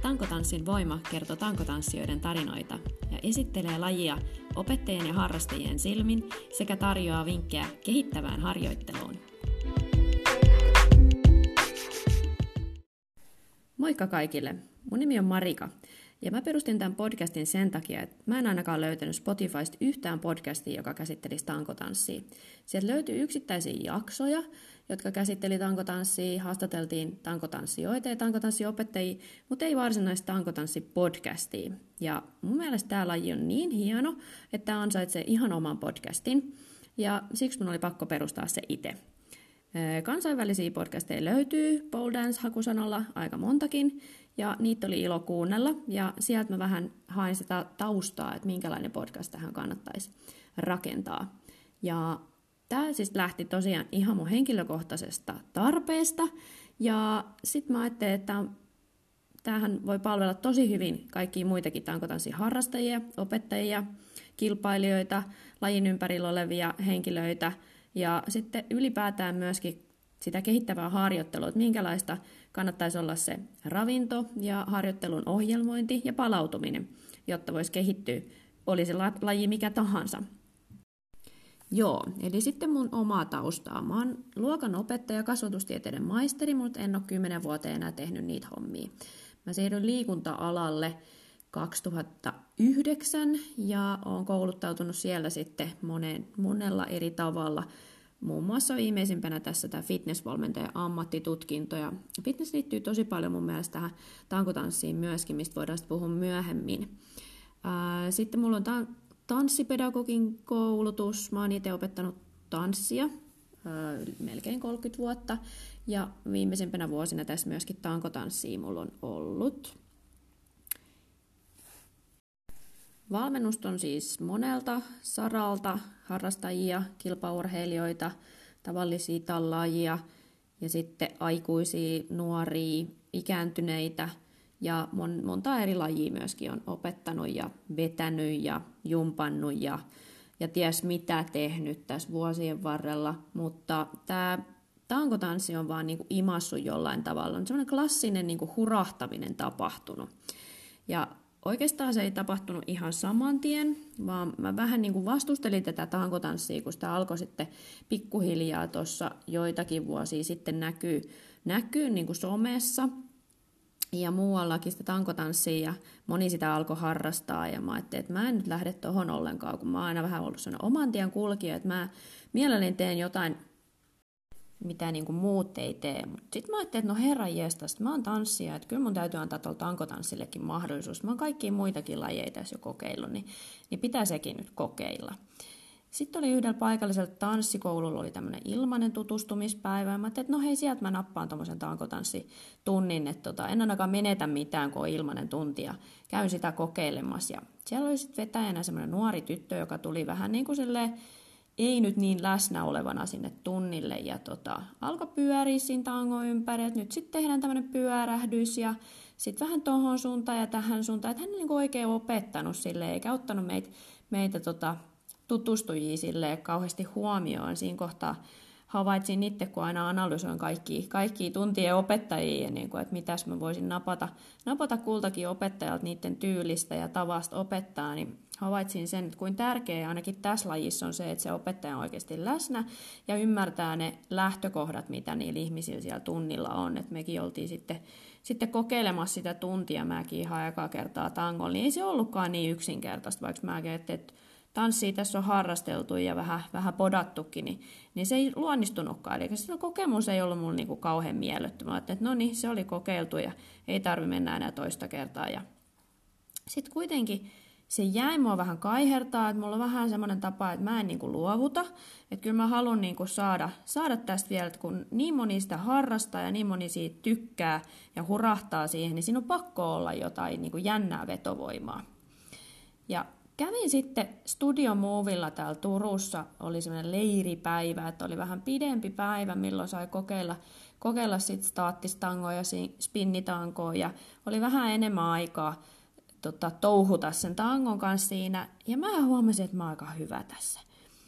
Tankotanssin voima kertoo tankotanssijoiden tarinoita ja esittelee lajia opettajien ja harrastajien silmin sekä tarjoaa vinkkejä kehittävään harjoitteluun. Moikka kaikille! Mun nimi on Marika ja mä perustin tämän podcastin sen takia, että mä en ainakaan löytänyt Spotifysta yhtään podcastia, joka käsittelisi tankotanssia. Sieltä löytyy yksittäisiä jaksoja, jotka käsitteli tankotanssia, haastateltiin tankotanssijoita ja tankotanssiopettajia, mutta ei varsinaista tankotanssipodcastia. Ja mun mielestä tämä laji on niin hieno, että tämä ansaitsee ihan oman podcastin, ja siksi mun oli pakko perustaa se itse. Kansainvälisiä podcasteja löytyy pole dance-hakusanalla aika montakin, ja niitä oli ilo kuunnella, ja sieltä mä vähän hain sitä taustaa, että minkälainen podcast tähän kannattaisi rakentaa. Ja tämä siis lähti tosiaan ihan mun henkilökohtaisesta tarpeesta, ja sitten mä ajattelin, että tämähän voi palvella tosi hyvin kaikkia muitakin tankotanssin harrastajia, opettajia, kilpailijoita, lajin ympärillä olevia henkilöitä, ja sitten ylipäätään myöskin sitä kehittävää harjoittelua, että minkälaista kannattaisi olla se ravinto ja harjoittelun ohjelmointi ja palautuminen, jotta voisi kehittyä, oli se laji mikä tahansa. Joo, eli sitten mun omaa taustaa. Mä oon luokan opettaja, kasvatustieteiden maisteri, mutta en ole 10 vuoteen enää tehnyt niitä hommia. Mä siirryin liikunta-alalle 2009 ja oon kouluttautunut siellä sitten monella eri tavalla. Muun muassa viimeisimpänä tässä tämä fitnessvalmentajan ammattitutkinto. Ja fitness liittyy tosi paljon mun mielestä tähän tankotanssiin myöskin, mistä voidaan sitten puhua myöhemmin. Sitten mulla on tanssipedagogin koulutus. Mä oon itse opettanut tanssia melkein 30 vuotta. Ja viimeisimpänä vuosina tässä myöskin tankotanssia mulla on ollut. Valmennusta on siis monelta saralta, harrastajia, kilpaurheilijoita, tavallisia tallaajia ja sitten aikuisia, nuoria, ikääntyneitä ja monta eri lajia myöskin on opettanut ja vetänyt ja jumpannut ja ties mitä tehnyt tässä vuosien varrella, mutta tämä tankotanssi on vaan niinku imassut jollain tavalla, on semmoinen klassinen niinku hurahtaminen tapahtunut ja oikeastaan se ei tapahtunut ihan saman tien, vaan mä vähän niin kuin vastustelin tätä tankotanssia, kun sitä alkoi sitten pikkuhiljaa tuossa joitakin vuosia sitten näkyy niin kuin somessa ja muuallakin sitä tankotanssia ja moni sitä alkoi harrastaa ja mä ajattelin, että mä en nyt lähde tohon ollenkaan, kun mä oon aina vähän ollut sellainen oman tien kulkija, että mä mielelläni teen jotain, mitä niin kuin muut ei tee. Sitten mä ajattelin, että no herranjestas, mä oon tanssija, että kyllä mun täytyy antaa tuolla tankotanssillekin mahdollisuus. Mä oon kaikkia muitakin lajeja tässä jo kokeillut, niin pitää sekin nyt kokeilla. Sitten oli yhdellä paikallisella tanssikoululla oli tämmöinen ilmainen tutustumispäivä. Ja mä ajattelin, että no hei, sieltä mä nappaan tommosen tankotanssitunnin, että en ainakaan menetä mitään, kun on ilmainen tunti ja käyn sitä kokeilemassa. Ja siellä oli sitten vetäjänä semmoinen nuori tyttö, joka tuli vähän niin kuin silleen, ei nyt niin läsnä olevana sinne tunnille ja alkoi pyöriä siinä tangon ympäri, että nyt sitten tehdään tämmöinen pyörähdys ja sitten vähän tohon suuntaan ja tähän suuntaan, että hän ei niin oikein opettanut silleen, eikä ottanut meitä tutustujia silleen kauheasti huomioon. Siinä kohtaa havaitsin itse, kun aina analysoin kaikkia tuntien opettajia, ja niin kuin, että mitäs mä voisin napata kultakin opettajalta niiden tyylistä ja tavasta opettaa, niin havaitsin sen, että kuin tärkeää ainakin tässä lajissa on se, että se opettaja on oikeasti läsnä ja ymmärtää ne lähtökohdat, mitä niillä ihmisillä siellä tunnilla on. Et mekin oltiin sitten kokeilemassa sitä tuntia, mäkin ihan ekaa kertaa tangolla, niin ei se ollutkaan niin yksinkertaista, vaikka mäkin ajattelin, että tanssia tässä on harrasteltu ja vähän podattukin, niin se ei luonnistunutkaan. Eli se kokemus ei ollut mulle niinku kauhean miellyttävä. Että no niin, se oli kokeiltu ja ei tarvitse mennä enää toista kertaa. Sitten kuitenkin se jäi mua vähän kaihertaa, että mulla on vähän semmoinen tapa, että mä en niinku luovuta. Että kyllä mä haluan niinku saada tästä vielä, että kun niin moni sitä harrastaa ja niin moni siitä tykkää ja hurahtaa siihen, niin siinä on pakko olla jotain niinku jännää vetovoimaa. Ja kävin sitten Studio Movilla täällä Turussa, oli semmoinen leiripäivä, että oli vähän pidempi päivä, milloin sai kokeilla sit staattistangoa ja spinnitangoa ja oli vähän enemmän aikaa touhuta sen tangon kanssa siinä ja mä huomasin, että mä oon aika hyvä tässä.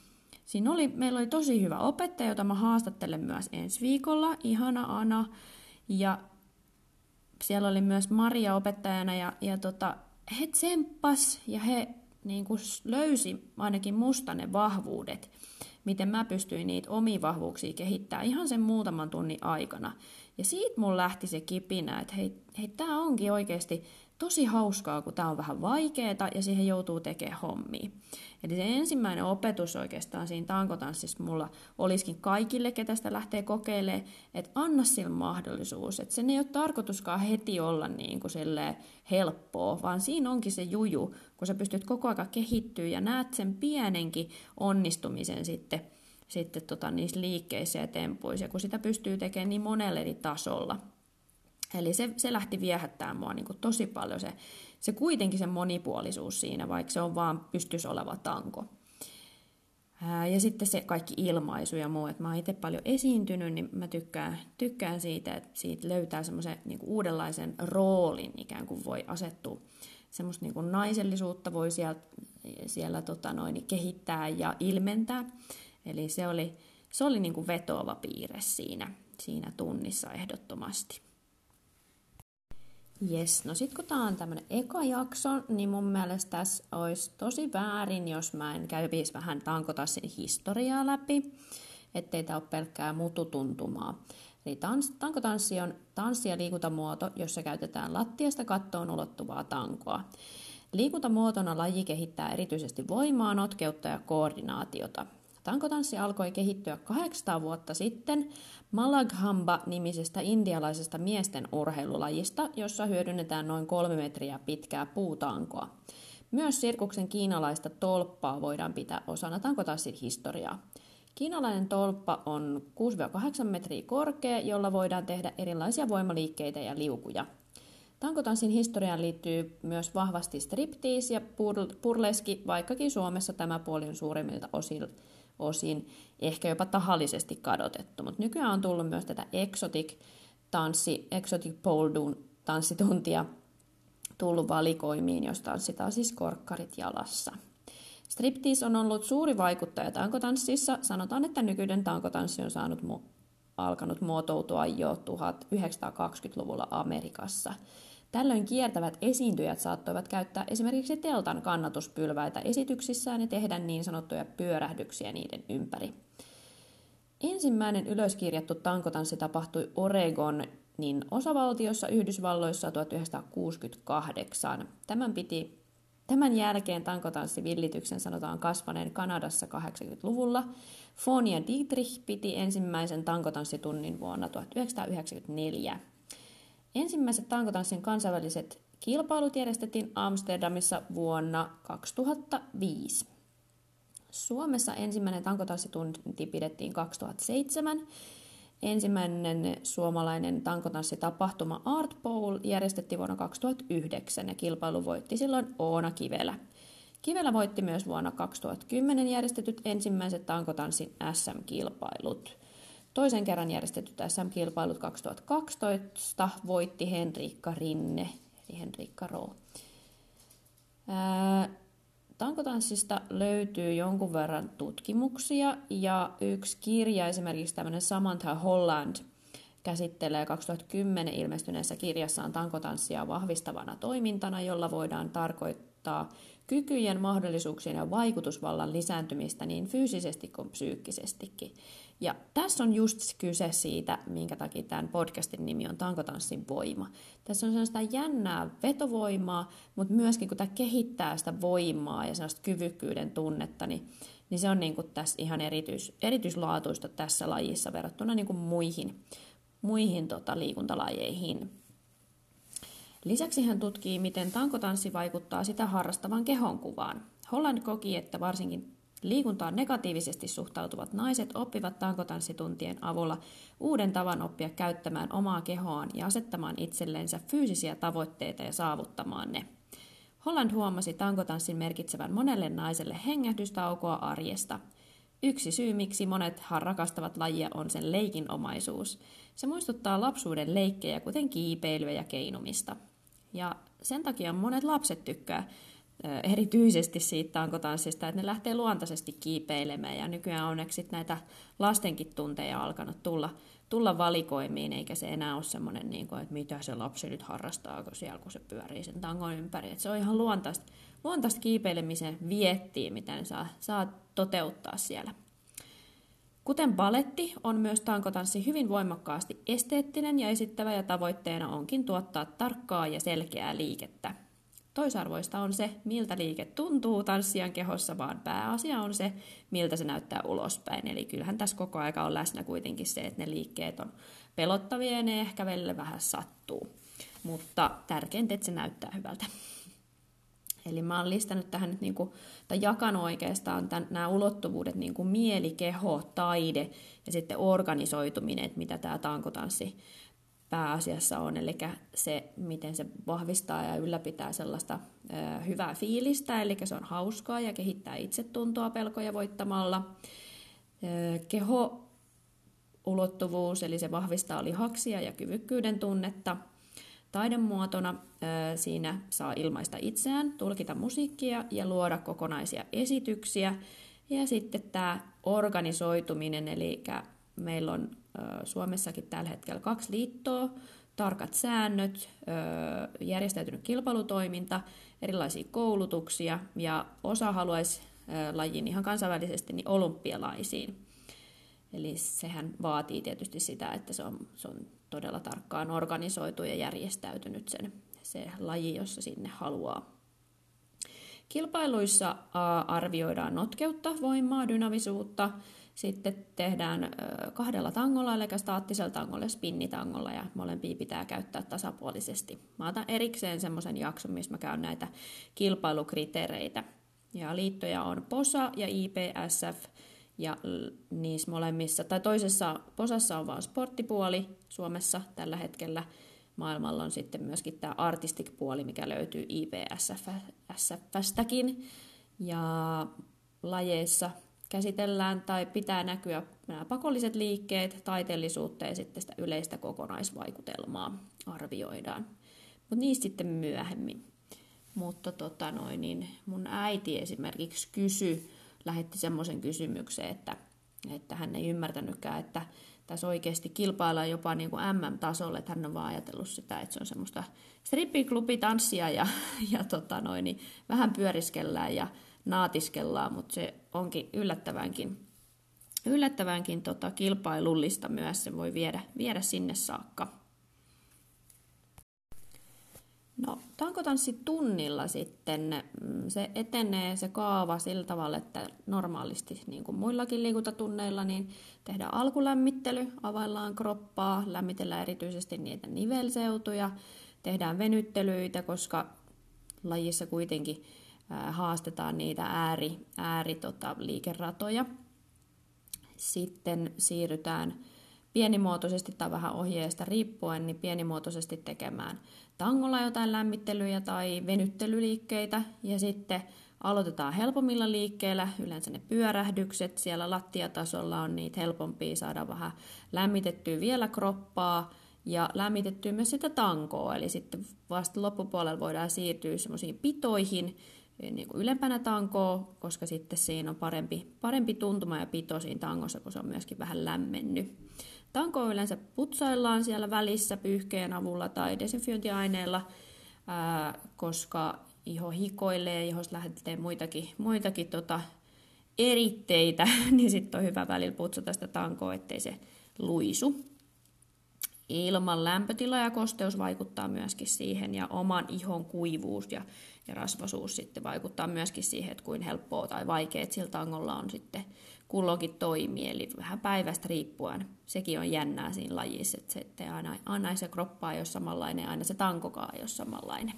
Meillä oli tosi hyvä opettaja, jota mä haastattelen myös ensi viikolla, ihana Ana ja siellä oli myös Maria opettajana ja he tsemppas ja he niin kuin löysi ainakin musta ne vahvuudet, miten mä pystyin niitä omia vahvuuksia kehittämään ihan sen muutaman tunnin aikana. Ja siitä mun lähti se kipinä, että hei tää onkin oikeasti tosi hauskaa, kun tää on vähän vaikeeta ja siihen joutuu tekemään hommia. Eli se ensimmäinen opetus oikeastaan siinä tankotanssissa mulla olisikin kaikille, ketä sitä lähtee kokeilemaan, että anna sille mahdollisuus. Että sen ei ole tarkoituskaan heti olla niin kuin helppoa, vaan siinä onkin se juju, kun sä pystyt koko ajan kehittyä ja näet sen pienenkin onnistumisen sitten niissä liikkeissä ja tempuissa, kun sitä pystyy tekemään niin monella eri tasolla. Eli se lähti viehättämään mua niin kuin tosi paljon, se kuitenkin se monipuolisuus siinä, vaikka se on vaan pystyssä oleva tanko. Ja sitten se kaikki ilmaisu ja muu, että mä oon itse paljon esiintynyt, niin mä tykkään siitä, että siitä löytää semmoisen niin kuin uudenlaisen roolin, ikään kuin voi asettua. Semmoista niin kuin naisellisuutta voi siellä kehittää ja ilmentää. Eli se oli niin kuin vetoava piirre siinä tunnissa ehdottomasti. Jes, no sit kun tää on tämmönen eka jakso, niin mun mielestä tässä olisi tosi väärin, jos mä en kävisi vähän tankotanssin historiaa läpi, ettei tää ole pelkkää mututuntumaa. Eli tankotanssi on tanssi- ja liikuntamuoto, jossa käytetään lattiasta kattoon ulottuvaa tankoa. Liikuntamuotona laji kehittää erityisesti voimaa, notkeutta ja koordinaatiota. Tankotanssi alkoi kehittyä 800 vuotta sitten Malaghamba-nimisestä indialaisesta miesten urheilulajista, jossa hyödynnetään noin 3 metriä pitkää puutankoa. Myös sirkuksen kiinalaista tolppaa voidaan pitää osana tankotanssin historiaa. Kiinalainen tolppa on 6-8 metriä korkea, jolla voidaan tehdä erilaisia voimaliikkeitä ja liukuja. Tankotanssin historiaan liittyy myös vahvasti striptease ja burleski, vaikkakin Suomessa tämä puoli on suurimmilta osin ehkä jopa tahallisesti kadotettu. Mutta nykyään on tullut myös tätä exotic pole tanssituntia tullut valikoimiin, jos tanssitaan siis korkkarit jalassa. Striptease on ollut suuri vaikuttaja tankotanssissa. Sanotaan, että nykyinen tankotanssi on alkanut muotoutua jo 1920-luvulla Amerikassa. Tällöin kiertävät esiintyjät saattoivat käyttää esimerkiksi teltan kannatuspylväitä esityksissään ja tehdä niin sanottuja pyörähdyksiä niiden ympäri. Ensimmäinen ylöskirjattu tankotanssi tapahtui Oregonin osavaltiossa Yhdysvalloissa 1968. Tämän jälkeen tankotanssivillityksen sanotaan kasvaneen Kanadassa 80-luvulla. Fon ja Dietrich piti ensimmäisen tankotanssitunnin vuonna 1994. Ensimmäiset tankotanssin kansainväliset kilpailut järjestettiin Amsterdamissa vuonna 2005. Suomessa ensimmäinen tankotanssitunti pidettiin 2007. Ensimmäinen suomalainen tankotanssitapahtuma Art Bowl järjestettiin vuonna 2009 ja kilpailu voitti silloin Oona Kivelä. Kivelä voitti myös vuonna 2010 järjestetyt ensimmäiset tankotanssin SM-kilpailut. Toisen kerran järjestetyt SM-kilpailut 2012 voitti Henriikka Rinne, eli Henriikka Roo. Tankotanssista löytyy jonkun verran tutkimuksia ja yksi kirja, esimerkiksi tämmöinen Samantha Holland, käsittelee 2010 ilmestyneessä kirjassaan tankotanssia vahvistavana toimintana, jolla voidaan tarkoittaa kykyjen, mahdollisuuksien ja vaikutusvallan lisääntymistä niin fyysisesti kuin psyykkisestikin. Ja tässä on just kyse siitä, minkä takia tämän podcastin nimi on Tankotanssin voima. Tässä on sellaista jännää vetovoimaa, mutta myöskin kun tämä kehittää sitä voimaa ja sellaista kyvykkyyden tunnetta, niin se on niin kuin tässä ihan erityislaatuista tässä lajissa verrattuna niin kuin muihin liikuntalajeihin. Lisäksi hän tutkii, miten tankotanssi vaikuttaa sitä harrastavan kehonkuvaan. Holland koki, että varsinkin liikuntaan negatiivisesti suhtautuvat naiset oppivat tankotanssituntien avulla uuden tavan oppia käyttämään omaa kehoaan ja asettamaan itsellensä fyysisiä tavoitteita ja saavuttamaan ne. Holland huomasi tankotanssin merkitsevän monelle naiselle hengähdystaukoa arjesta. Yksi syy, miksi monet rakastavat lajia, on sen leikinomaisuus. Se muistuttaa lapsuuden leikkejä, kuten kiipeilyä ja keinumista. Ja sen takia monet lapset tykkää erityisesti siitä tankotanssista, että ne lähtee luontaisesti kiipeilemään. Ja nykyään onneksi näitä lastenkin tunteja alkanut tulla valikoimiin, eikä se enää ole semmoinen, niin kuin, että mitä se lapsi nyt harrastaa, kun se pyörii sen tangon ympäri. Että se on ihan luontaista kiipeilemisen viettiä, mitä ne saa toteuttaa siellä. Kuten baletti, on myös tankotanssi hyvin voimakkaasti esteettinen ja esittävä, ja tavoitteena onkin tuottaa tarkkaa ja selkeää liikettä. Toisarvoista on se, miltä liike tuntuu tanssijan kehossa, vaan pääasia on se, miltä se näyttää ulospäin. Eli kyllähän tässä koko aika on läsnä kuitenkin se, että ne liikkeet on pelottavia ja ne ehkä välillä vähän sattuu. Mutta tärkeintä, että se näyttää hyvältä. Eli mä oon listannut tähän nyt, tai jakanut oikeastaan nämä ulottuvuudet, mieli, keho, taide ja sitten organisoituminen, että mitä tämä tankotanssi pääasiassa on, eli se, miten se vahvistaa ja ylläpitää sellaista hyvää fiilistä, eli se on hauskaa ja kehittää itsetuntoa pelkoja voittamalla. Keho-ulottuvuus, eli se vahvistaa lihaksia ja kyvykkyyden tunnetta. Taidemuotona siinä saa ilmaista itseään, tulkita musiikkia ja luoda kokonaisia esityksiä. Ja sitten tämä organisoituminen, eli meillä on Suomessakin tällä hetkellä 2 liittoa, tarkat säännöt, järjestäytynyt kilpailutoiminta, erilaisia koulutuksia ja osa haluaisi lajin ihan kansainvälisesti niin olympialaisiin. Eli sehän vaatii tietysti sitä, että se on todella tarkkaan organisoitu ja järjestäytynyt se laji, jossa sinne haluaa. Kilpailuissa arvioidaan notkeutta, voimaa, dynamisuutta. Sitten tehdään 2 tangolla, eli staattisella tangolla ja spinnitangolla, ja molempia pitää käyttää tasapuolisesti. Mä otan erikseen semmoisen jakson, missä mä käyn näitä kilpailukriteereitä. Ja liittoja on POSA ja IPSF, ja niissä molemmissa, tai toisessa POSassa on vain sporttipuoli Suomessa tällä hetkellä. Maailmalla on sitten myöskin tämä artistic-puoli, mikä löytyy IPSF:stäkin. Ja lajeissa käsitellään tai pitää näkyä nämä pakolliset liikkeet, taiteellisuutta ja sitten sitä yleistä kokonaisvaikutelmaa arvioidaan. Mutta niistä sitten myöhemmin. Mutta mun äiti esimerkiksi lähetti semmoisen kysymyksen, että hän ei ymmärtänytkään, että tässä oikeasti kilpaillaan jopa niin kuin MM-tasolle, että hän on vaan ajatellut sitä, että se on semmoista strippiklubi-tanssia ja vähän pyöriskellään ja naatiskellaan, mutta se onkin yllättävänkin kilpailullista myös, se voi viedä sinne saakka. No, tankotanssitunnilla sitten se etenee se kaava sillä tavalla, että normaalisti niin kuin muillakin liikuntatunneilla niin tehdään alkulämmittely, availlaan kroppaa, lämmitellään erityisesti niitä nivelseutuja, tehdään venyttelyitä, koska lajissa kuitenkin haastetaan niitä liikeratoja. Sitten siirrytään pienimuotoisesti tai vähän ohjeesta riippuen, niin pienimuotoisesti tekemään tangolla jotain lämmittelyjä tai venyttelyliikkeitä. Ja sitten aloitetaan helpommilla liikkeillä, yleensä ne pyörähdykset. Siellä lattiatasolla on niitä helpompia saada vähän lämmitettyä vielä kroppaa ja lämmitettyä myös sitä tankoa. Eli sitten vasta loppupuolella voidaan siirtyä semmoisiin pitoihin, niin kuin ylempänä tankoa, koska sitten siinä on parempi tuntuma ja pito siinä tangossa, kun se on myöskin vähän lämmennyt. Tankoa yleensä putsaillaan siellä välissä pyyhkeen avulla tai desinfiointiaineella, koska iho hikoilee, ihosta lähtee muitakin eritteitä, niin sitten on hyvä välillä putsata sitä tankoa, ettei se luisu. Ilman lämpötila ja kosteus vaikuttaa myöskin siihen, ja oman ihon kuivuus ja rasvaisuus sitten vaikuttaa myöskin siihen, että kuin helppoa tai vaikeaa sillä tangolla on sitten kulloinkin toimii, eli vähän päivästä riippuen. Sekin on jännää siinä lajissa, että se aina se kroppa ei ole samanlainen, aina se tankokaan ei ole samanlainen.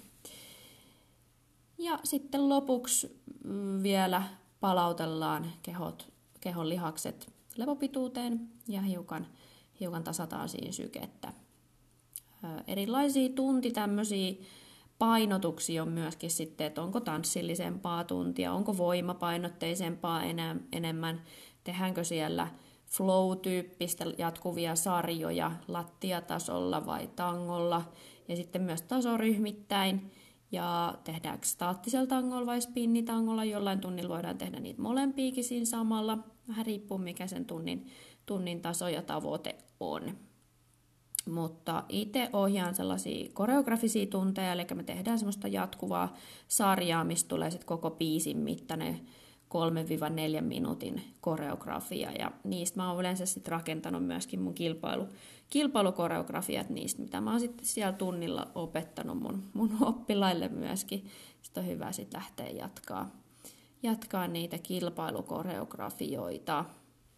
Ja sitten lopuksi vielä palautellaan kehon lihakset levopituuteen ja hiukan tasataan siinä sykettä. Erilaisia tämmöisiä painotuksia on myöskin sitten, että onko tanssillisempaa tuntia, onko voimapainotteisempaa enemmän, tehdäänkö siellä flow-tyyppistä jatkuvia sarjoja lattiatasolla vai tangolla, ja sitten myös tasoryhmittäin, ja tehdäänkö staattisella tangolla vai spinnitangolla, jollain tunnilla voidaan tehdä niitä molempiakin siinä samalla, vähän riippuu mikä sen tunnin taso ja tavoite on. Mutta itse ohjaan sellaisia koreografisia tunteja, eli me tehdään semmoista jatkuvaa sarjaa, mistä tulee sitten koko biisin mittainen 3-4 minuutin koreografia, ja niistä mä oon yleensä sitten rakentanut myöskin mun kilpailukoreografiat niistä, mitä mä oon sitten siellä tunnilla opettanut mun oppilaille myöskin. Sitten on hyvä sitten lähteä jatkaa niitä kilpailukoreografioita.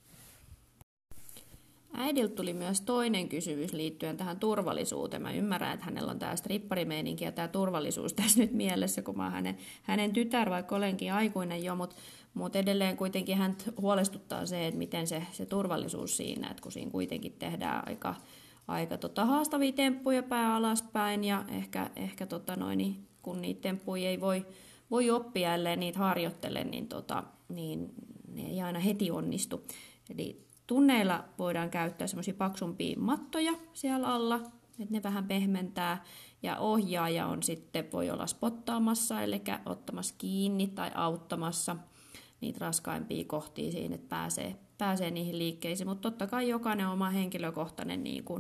Äidiltä tuli myös toinen kysymys liittyen tähän turvallisuuteen. Mä ymmärrän, että hänellä on tämä stripparimeininki ja tämä turvallisuus tässä nyt mielessä, kun mä hänen tytär, vaikka olenkin aikuinen jo, mutta edelleen kuitenkin hän huolestuttaa se, että miten se turvallisuus siinä, että kun siinä kuitenkin tehdään aika haastavia temppuja pää alaspäin ja ehkä kun niitä temppuja ei voi oppia, ellei niitä harjoittele, niin ne ei aina heti onnistu. Eli tunneilla voidaan käyttää semmoisia paksumpia mattoja siellä alla, että ne vähän pehmentää, ja ohjaaja on sitten, voi olla spottaamassa, eli ottamassa kiinni tai auttamassa niitä raskaimpia kohtia siinä, että pääsee niihin liikkeisiin, mutta totta kai jokainen oma henkilökohtainen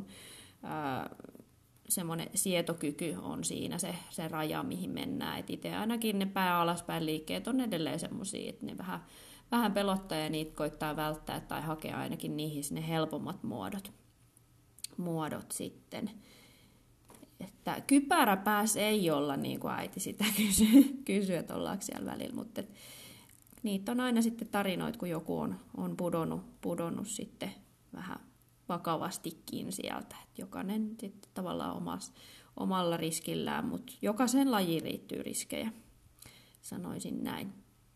semmoinen sietokyky on siinä se raja, mihin mennään. Et itse ainakin ne pää alaspäin liikkeet on edelleen semmoisia, että ne vähän pelottaa ja niitä koittaa välttää tai hakea ainakin niihin ne helpommat muodot sitten. Että kypärä pääs ei olla, niin kuin äiti sitä kysyy, että ollaanko siellä välillä, mutta niitä on aina sitten tarinoita, kun joku on pudonnut sitten vähän vakavastikin sieltä. Et jokainen sitten tavallaan omalla riskillään, mutta jokaisen lajiin liittyy riskejä, sanoisin näin.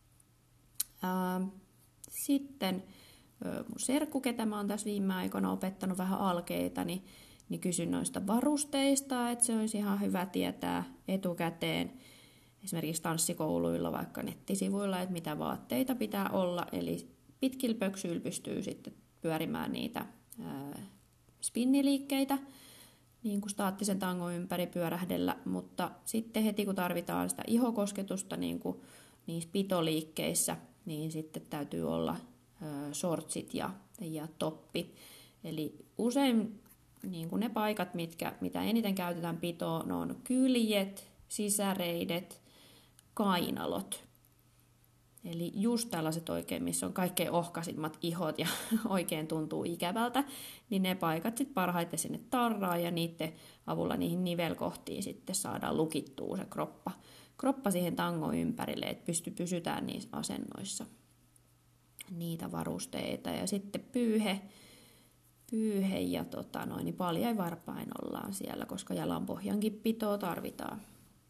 Sitten mun serkku, ketä mä oon tässä viime aikoina opettanut vähän alkeita, niin kysyn noista varusteista, että se olisi ihan hyvä tietää etukäteen. Esimerkiksi tanssikouluilla, vaikka nettisivuilla, että mitä vaatteita pitää olla. Eli pitkillä pöksyillä pystyy sitten pyörimään niitä spinniliikkeitä, niin kuin staattisen tangon ympäri pyörähdellä, mutta sitten heti kun tarvitaan sitä ihokosketusta niin kuin niissä pitoliikkeissä, niin sitten täytyy olla shortsit ja toppi. Eli usein niin kuin ne paikat, mitä eniten käytetään pitoon, ne on kyljet, sisäreidet, kainalot. Eli just tällaiset oikein, missä on kaikkein ohkaisimmat ihot ja oikein tuntuu ikävältä, niin ne paikat sitten parhaiten sinne tarraa ja niiden avulla niihin nivelkohtiin sitten saadaan lukittua se kroppa siihen tangon ympärille, että pysytään niissä asennoissa. Niitä varusteita ja sitten pyyhe ja niin paljain varpain ollaan siellä, koska jalanpohjankin pitoa tarvitaan.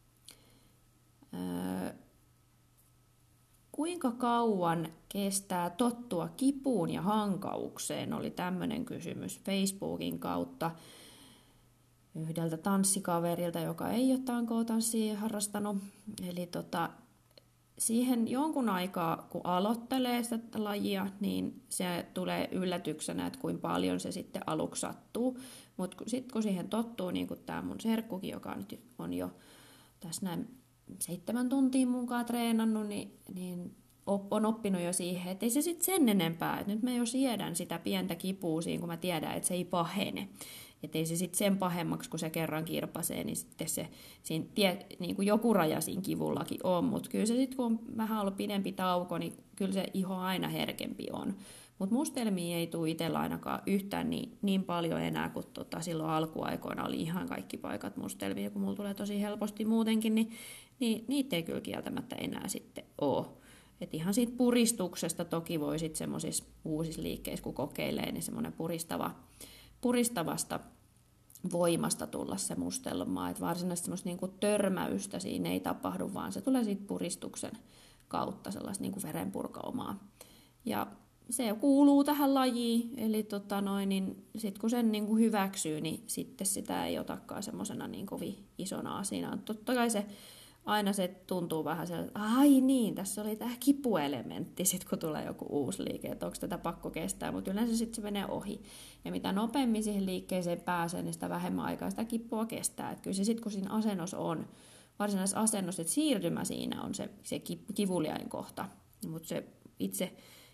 Kuinka kauan kestää tottua kipuun ja hankaukseen, oli tämmöinen kysymys Facebookin kautta yhdeltä tanssikaverilta, joka ei ole tanko-tanssia harrastanut. Eli siihen jonkun aikaa, kun aloittelee sitä lajia, niin se tulee yllätyksenä, että kuinka paljon se sitten aluksi sattuu. Mutta sitten kun siihen tottuu, niin kuin tämä mun serkkukin, joka nyt on jo tässä näin 7 tuntia munkaan treenannut, niin on oppinut jo siihen, että ei se sitten sen enempää. Et nyt mä jo siedän sitä pientä kipua siinä, kun mä tiedän, että se ei pahene. Että ei se sitten sen pahemmaksi, kun se kerran kirpasee, niin sitten niin kuin joku raja siinä kivullakin on. Mutta kyllä se sitten, kun on vähän ollut pidempi tauko, niin kyllä se iho aina herkempi on. Mutta mustelmia ei tule itsellä ainakaan yhtään niin paljon enää, kun silloin alkuaikoina oli ihan kaikki paikat mustelmia. Kun mulla tulee tosi helposti muutenkin, niin niitä ei kyllä kieltämättä enää sitten ole. Et ihan siitä puristuksesta toki voi sitten semmoisissa uusissa liikkeissä, kun kokeilee, niin semmoinen puristavasta voimasta tulla se mustelma. Et varsinaisesti semmoista niinku törmäystä siinä ei tapahdu, vaan se tulee siitä puristuksen kautta sellaista niinku verenpurkaumaa. Ja se kuuluu tähän lajiin, eli niin sitten kun sen niinku hyväksyy, niin sitten sitä ei otakaan semmoisena niin kovin isona asiana. Totta kai aina se tuntuu vähän sellainen, että ai niin, tässä oli tämä kipuelementti, sit kun tulee joku uusi liike, että onko tätä pakko kestää, mutta yleensä sitten se menee ohi. Ja mitä nopeammin siihen liikkeeseen pääsee, niin sitä vähemmän aikaa sitä kipua kestää. Että kyllä se sitten, kun siinä asennossa on, varsinaisessa asennossa, että siirtymä siinä on se kivuliain kohta, mutta se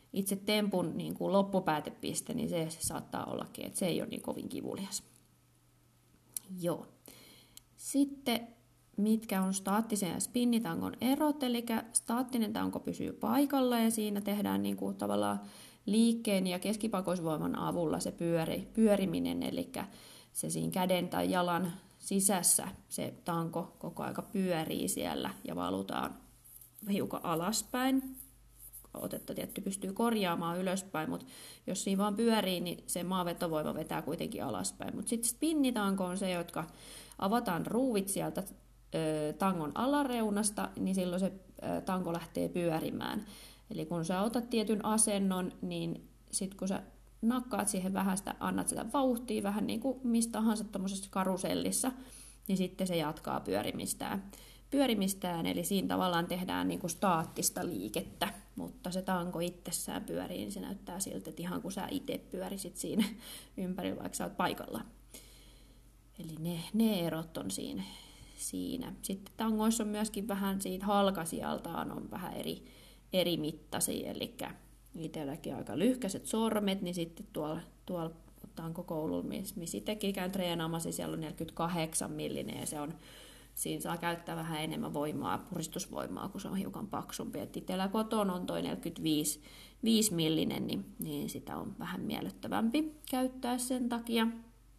itse tempun niin kuin loppupäätepiste, niin se saattaa ollakin, että se ei ole niin kovin kivulias. Joo. Sitten mitkä on staattisen ja spinnitangon erot, eli staattinen tanko pysyy paikalla ja siinä tehdään niin kuin tavallaan liikkeen ja keskipakoisvoiman avulla se pyöriminen, eli se siinä käden tai jalan sisässä se tanko koko aika pyörii siellä ja valutaan hiukan alaspäin. Otetta tietty pystyy korjaamaan ylöspäin, mutta jos siinä vaan pyörii, niin se maavetovoima vetää kuitenkin alaspäin. Mutta sitten spinnitanko on se, jotka avataan ruuvit sieltä tangon alareunasta, niin silloin se tanko lähtee pyörimään. Eli kun sä otat tietyn asennon, niin sitten kun sä nakkaat siihen vähän sitä, annat sitä vauhtia vähän niin kuin mistä tahansa tuommoisessa karusellissa, niin sitten se jatkaa pyörimistään, eli siinä tavallaan tehdään niin kuin staattista liikettä, mutta se tanko itsessään pyörii, niin se näyttää siltä, että ihan kun sä itse pyörisit siinä ympärillä, vaikka sä oot paikalla. Eli ne erot on siinä. Sitten tangoissa on myöskin vähän siitä halkasijaltaan on vähän eri mittaisia, eli itselläkin aika lyhkäiset sormet, niin sitten tuolla tankokoululla, missä itsekin käyn treenaamassa, siellä on 48 millinen ja siinä saa käyttää vähän enemmän voimaa, puristusvoimaa, kun se on hiukan paksumpi. Et itsellä kotona on toi 45 millinen, niin sitä on vähän miellyttävämpi käyttää sen takia.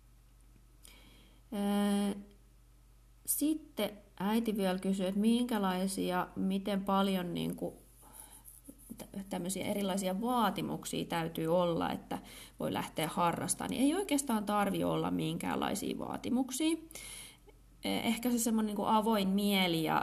Sitten äiti vielä kysyi, että minkälaisia, miten paljon niin kuin, tämmöisiä erilaisia vaatimuksia täytyy olla, että voi lähteä harrastamaan. Niin ei oikeastaan tarvitse olla minkäänlaisia vaatimuksia. Ehkä se semmoinen niin kuin avoin mieli ja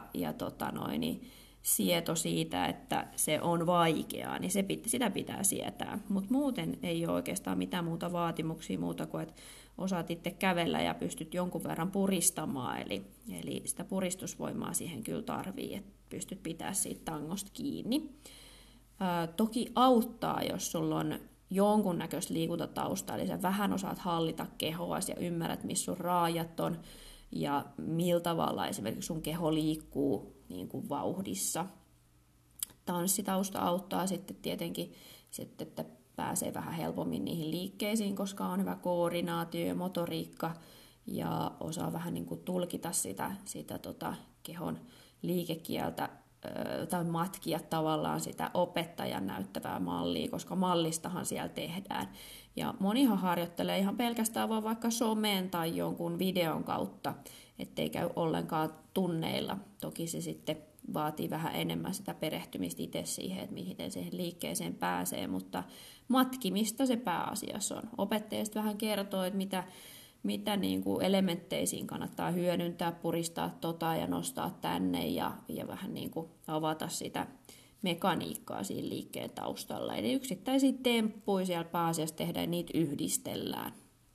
sieto siitä, että se on vaikeaa, niin sitä pitää sietää. Mutta muuten ei ole oikeastaan mitään muuta vaatimuksia muuta kuin, että osaat itse kävellä ja pystyt jonkun verran puristamaan. Eli sitä puristusvoimaa siihen kyllä tarvii, että pystyt pitämään siitä tangosta kiinni. Toki auttaa, jos sulla on jonkunnäköistä liikuntataustaa, eli sä vähän osaat hallita kehoas ja ymmärrät, missä sun raajat on ja millä tavalla esimerkiksi sun keho liikkuu niin kuin vauhdissa. Tanssitausta auttaa sitten tietenkin, että pääsee vähän helpommin niihin liikkeisiin, koska on hyvä koordinaatio ja motoriikka ja osaa vähän niin kuin tulkita sitä kehon liikekieltä tai matkia tavallaan sitä opettajan näyttävää mallia, koska mallistahan siellä tehdään. Ja monihan harjoittelee ihan pelkästään vaan vaikka someen tai jonkun videon kautta, ettei käy ollenkaan tunneilla. Toki se sitten vaatii vähän enemmän sitä perehtymistä itse siihen, että miten siihen liikkeeseen pääsee, mutta matkimista se pääasiassa on. Opettaja sitten vähän kertoo, että mitä niin kuin elementteisiin kannattaa hyödyntää, puristaa ja nostaa tänne ja vähän niin kuin avata sitä mekaniikkaa siinä liikkeen taustalla. Eli yksittäisiä temppuja siellä pääasiassa tehdään ja niitä yhdistellään.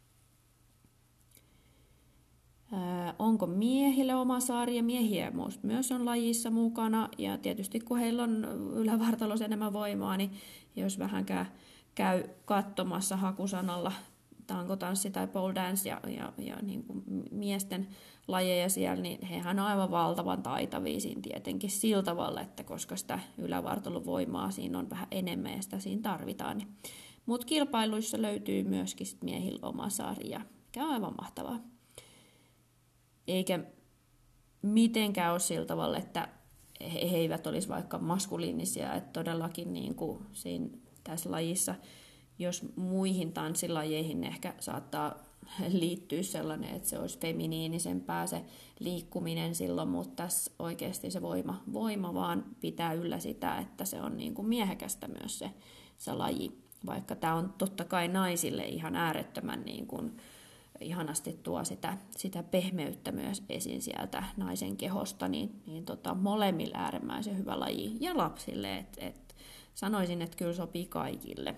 Onko miehille oma sarja? Miehiä myös on lajissa mukana ja tietysti kun heillä on ylävartalossa enemmän voimaa, niin jos vähänkään käy katsomassa hakusanalla tankotanssi tai pole dance ja niin kuin miesten lajeja siellä, niin hehän on aivan valtavan taitavia siinä tietenkin sillä tavalla, että koska sitä ylävartalovoimaa siinä on vähän enemmän ja sitä siinä tarvitaan. Niin. Mutta kilpailuissa löytyy myöskin sit miehillä oma sarja, mikä on aivan mahtavaa. Eikä mitenkään ole sillä tavalla, että he eivät olisi vaikka maskuliinisia, että todellakin niin kuin tässä lajissa, jos muihin tanssilajeihin ehkä saattaa liittyä sellainen, että se olisi feminiinisempää se liikkuminen silloin, mutta tässä oikeasti se voima vaan pitää yllä sitä, että se on niin kuin miehekästä myös se laji. Vaikka tämä on totta kai naisille ihan äärettömän niin kuin ihanasti tuo sitä pehmeyttä myös esiin sieltä naisen kehosta, niin molemmille äärimmäisen hyvä laji. Ja lapsille, sanoisin, että kyllä sopii kaikille.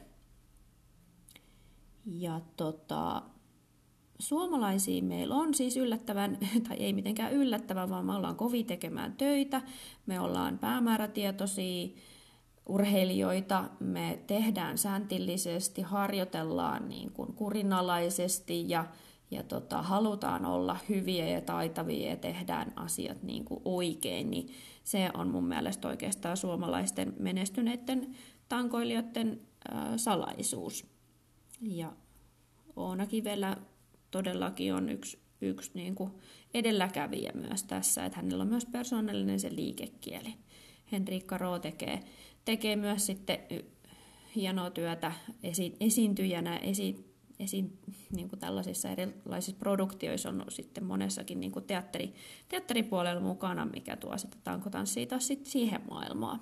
Ja suomalaisia meillä on siis yllättävän, tai ei mitenkään yllättävän, vaan me ollaan kovin tekemään töitä, me ollaan päämäärätietoisia urheilijoita, me tehdään säntillisesti, harjoitellaan niin kuin kurinalaisesti ja halutaan olla hyviä ja taitavia ja tehdään asiat niin kuin oikein, niin se on mun mielestä oikeastaan suomalaisten menestyneiden tankoilijoiden salaisuus. Ja Oona Kivelä todellakin on yksi niin kuin edelläkävijä myös tässä, että hänellä on myös persoonallinen se liikekieli. Henriikka Roo tekee myös sitten hienoa työtä esiintyjänä, niin kuin tällaisissa erilaisissa produktioissa on sitten monessakin niin kuin teatteripuolella mukana, mikä tuo sitä tankotanssia taas sitten siihen maailmaan.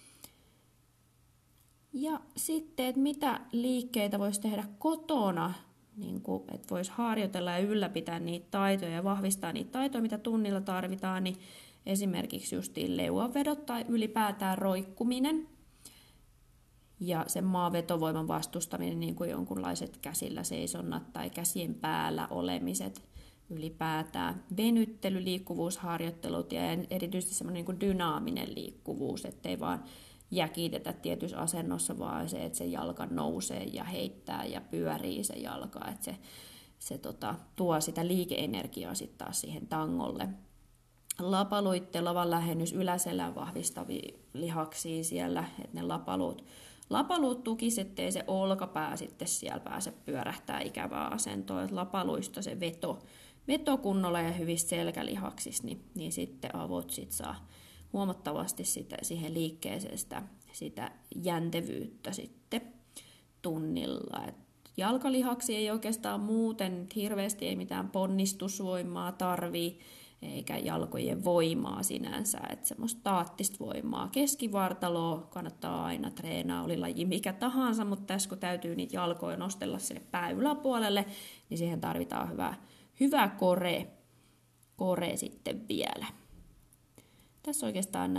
Ja sitten, että mitä liikkeitä voisi tehdä kotona, niin kuin, että voisi harjoitella ja ylläpitää niitä taitoja ja vahvistaa niitä taitoja, mitä tunnilla tarvitaan, niin esimerkiksi justiin leuanvedot tai ylipäätään roikkuminen ja sen maavetovoiman vastustaminen, niin kuin jonkunlaiset käsillä seisonnat tai käsien päällä olemiset ylipäätään, venyttely, liikkuvuusharjoittelut ja erityisesti semmoinen niin kuin dynaaminen liikkuvuus, ettei vaan jäkitetä tietyssä asennossa, vaan se, että se jalka nousee ja heittää ja pyörii se jalka, että se tuo sitä liikeenergiaa sitten taas siihen tangolle. Lapaluitte, lavan lähennys, yläselän vahvistavia lihaksia siellä, että ne lapaluut tukisi, ettei se olkapää sitten siellä pääse pyörähtää ikävää asentoa, että lapaluista se veto kunnolla ja hyvistä selkälihaksissa, niin sitten avot sit saa huomattavasti siihen liikkeeseen sitä jäntevyyttä sitten tunnilla. Et jalkalihaksi ei oikeastaan muuten hirveästi ei mitään ponnistusvoimaa tarvii, eikä jalkojen voimaa sinänsä, että semmoista staattista voimaa. Keskivartaloa kannattaa aina treenaa, oli laji mikä tahansa, mutta tässä kun täytyy niitä jalkoja nostella sinne pää yläpuolelle, niin siihen tarvitaan hyvä kore sitten vielä. Tässä oikeastaan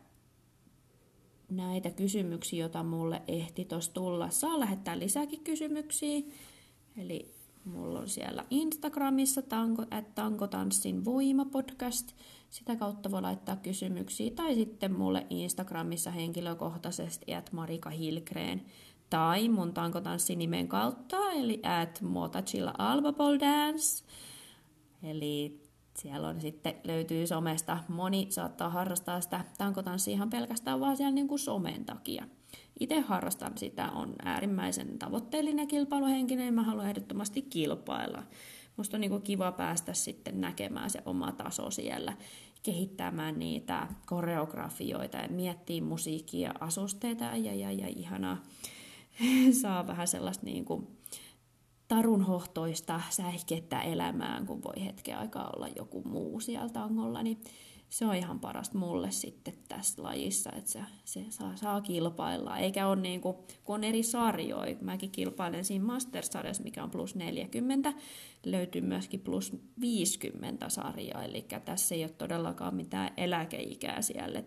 näitä kysymyksiä, joita mulle ehti tuossa tulla. Saa lähettää lisääkin kysymyksiä. Eli mulla on siellä Instagramissa tankotanssin voimapodcast. Sitä kautta voi laittaa kysymyksiä. Tai sitten mulle Instagramissa henkilökohtaisesti @marika_hilgren. Tai mun tankotanssin nimen kautta, eli @motachilla_albapoledance. Eli siellä on sitten, löytyy somesta, moni saattaa harrastaa sitä tankotanssia ihan pelkästään vaan siellä niin kuin somen takia. Itse harrastan sitä, on äärimmäisen tavoitteellinen kilpailuhenkinen ja mä haluan ehdottomasti kilpailla. Musta on niin kuin kiva päästä sitten näkemään se oma taso siellä, kehittämään niitä koreografioita ja miettiä musiikkia, asusteita ja ihanaa. Saa vähän sellaista niin kuin tarunhohtoista säihkettä elämään, kun voi hetken aikaa olla joku muu siellä tangolla, niin se on ihan parasta mulle sitten tässä lajissa, että se saa kilpailla. Eikä ole niin kuin, kun on eri sarjoja, mäkin kilpailen siinä Masters-sarjassa, mikä on +40, löytyy myöskin +50 sarjaa, eli tässä ei ole todellakaan mitään eläkeikää siellä,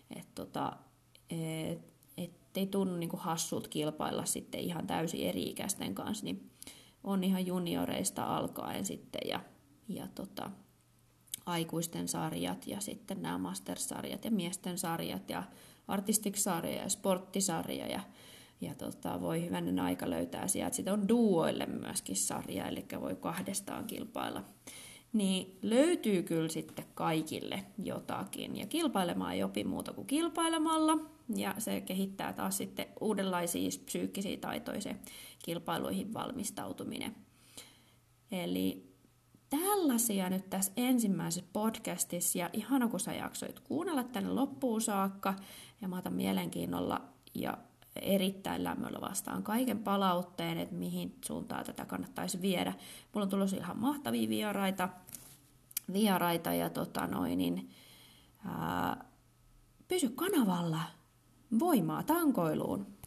ettei tunnu niin kuin hassut kilpailla sitten ihan täysin eri-ikäisten kanssa, niin on ihan junioreista alkaen sitten ja aikuisten sarjat ja sitten nämä mastersarjat ja miesten sarjat ja artistic-sarja ja sporttisarja ja voi hyvänen aika löytää sieltä. Sitten on duoille myöskin sarja, eli voi kahdestaan kilpailla. Niin löytyy kyllä sitten kaikille jotakin ja kilpailemaan ei opi muuta kuin kilpailemalla ja se kehittää taas sitten uudenlaisia psyykkisiä taitoja se kilpailuihin valmistautuminen. Eli tällaisia nyt tässä ensimmäisessä podcastissa ja ihana kun sä jaksoit kuunnella tänne loppuun saakka ja mä otan mielenkiinnolla ja erittäin lämmöllä vastaan kaiken palautteen, että mihin suuntaan tätä kannattaisi viedä. Mulla on tulossa ihan mahtavia vieraita ja pysy kanavalla, voimaa tankoiluun.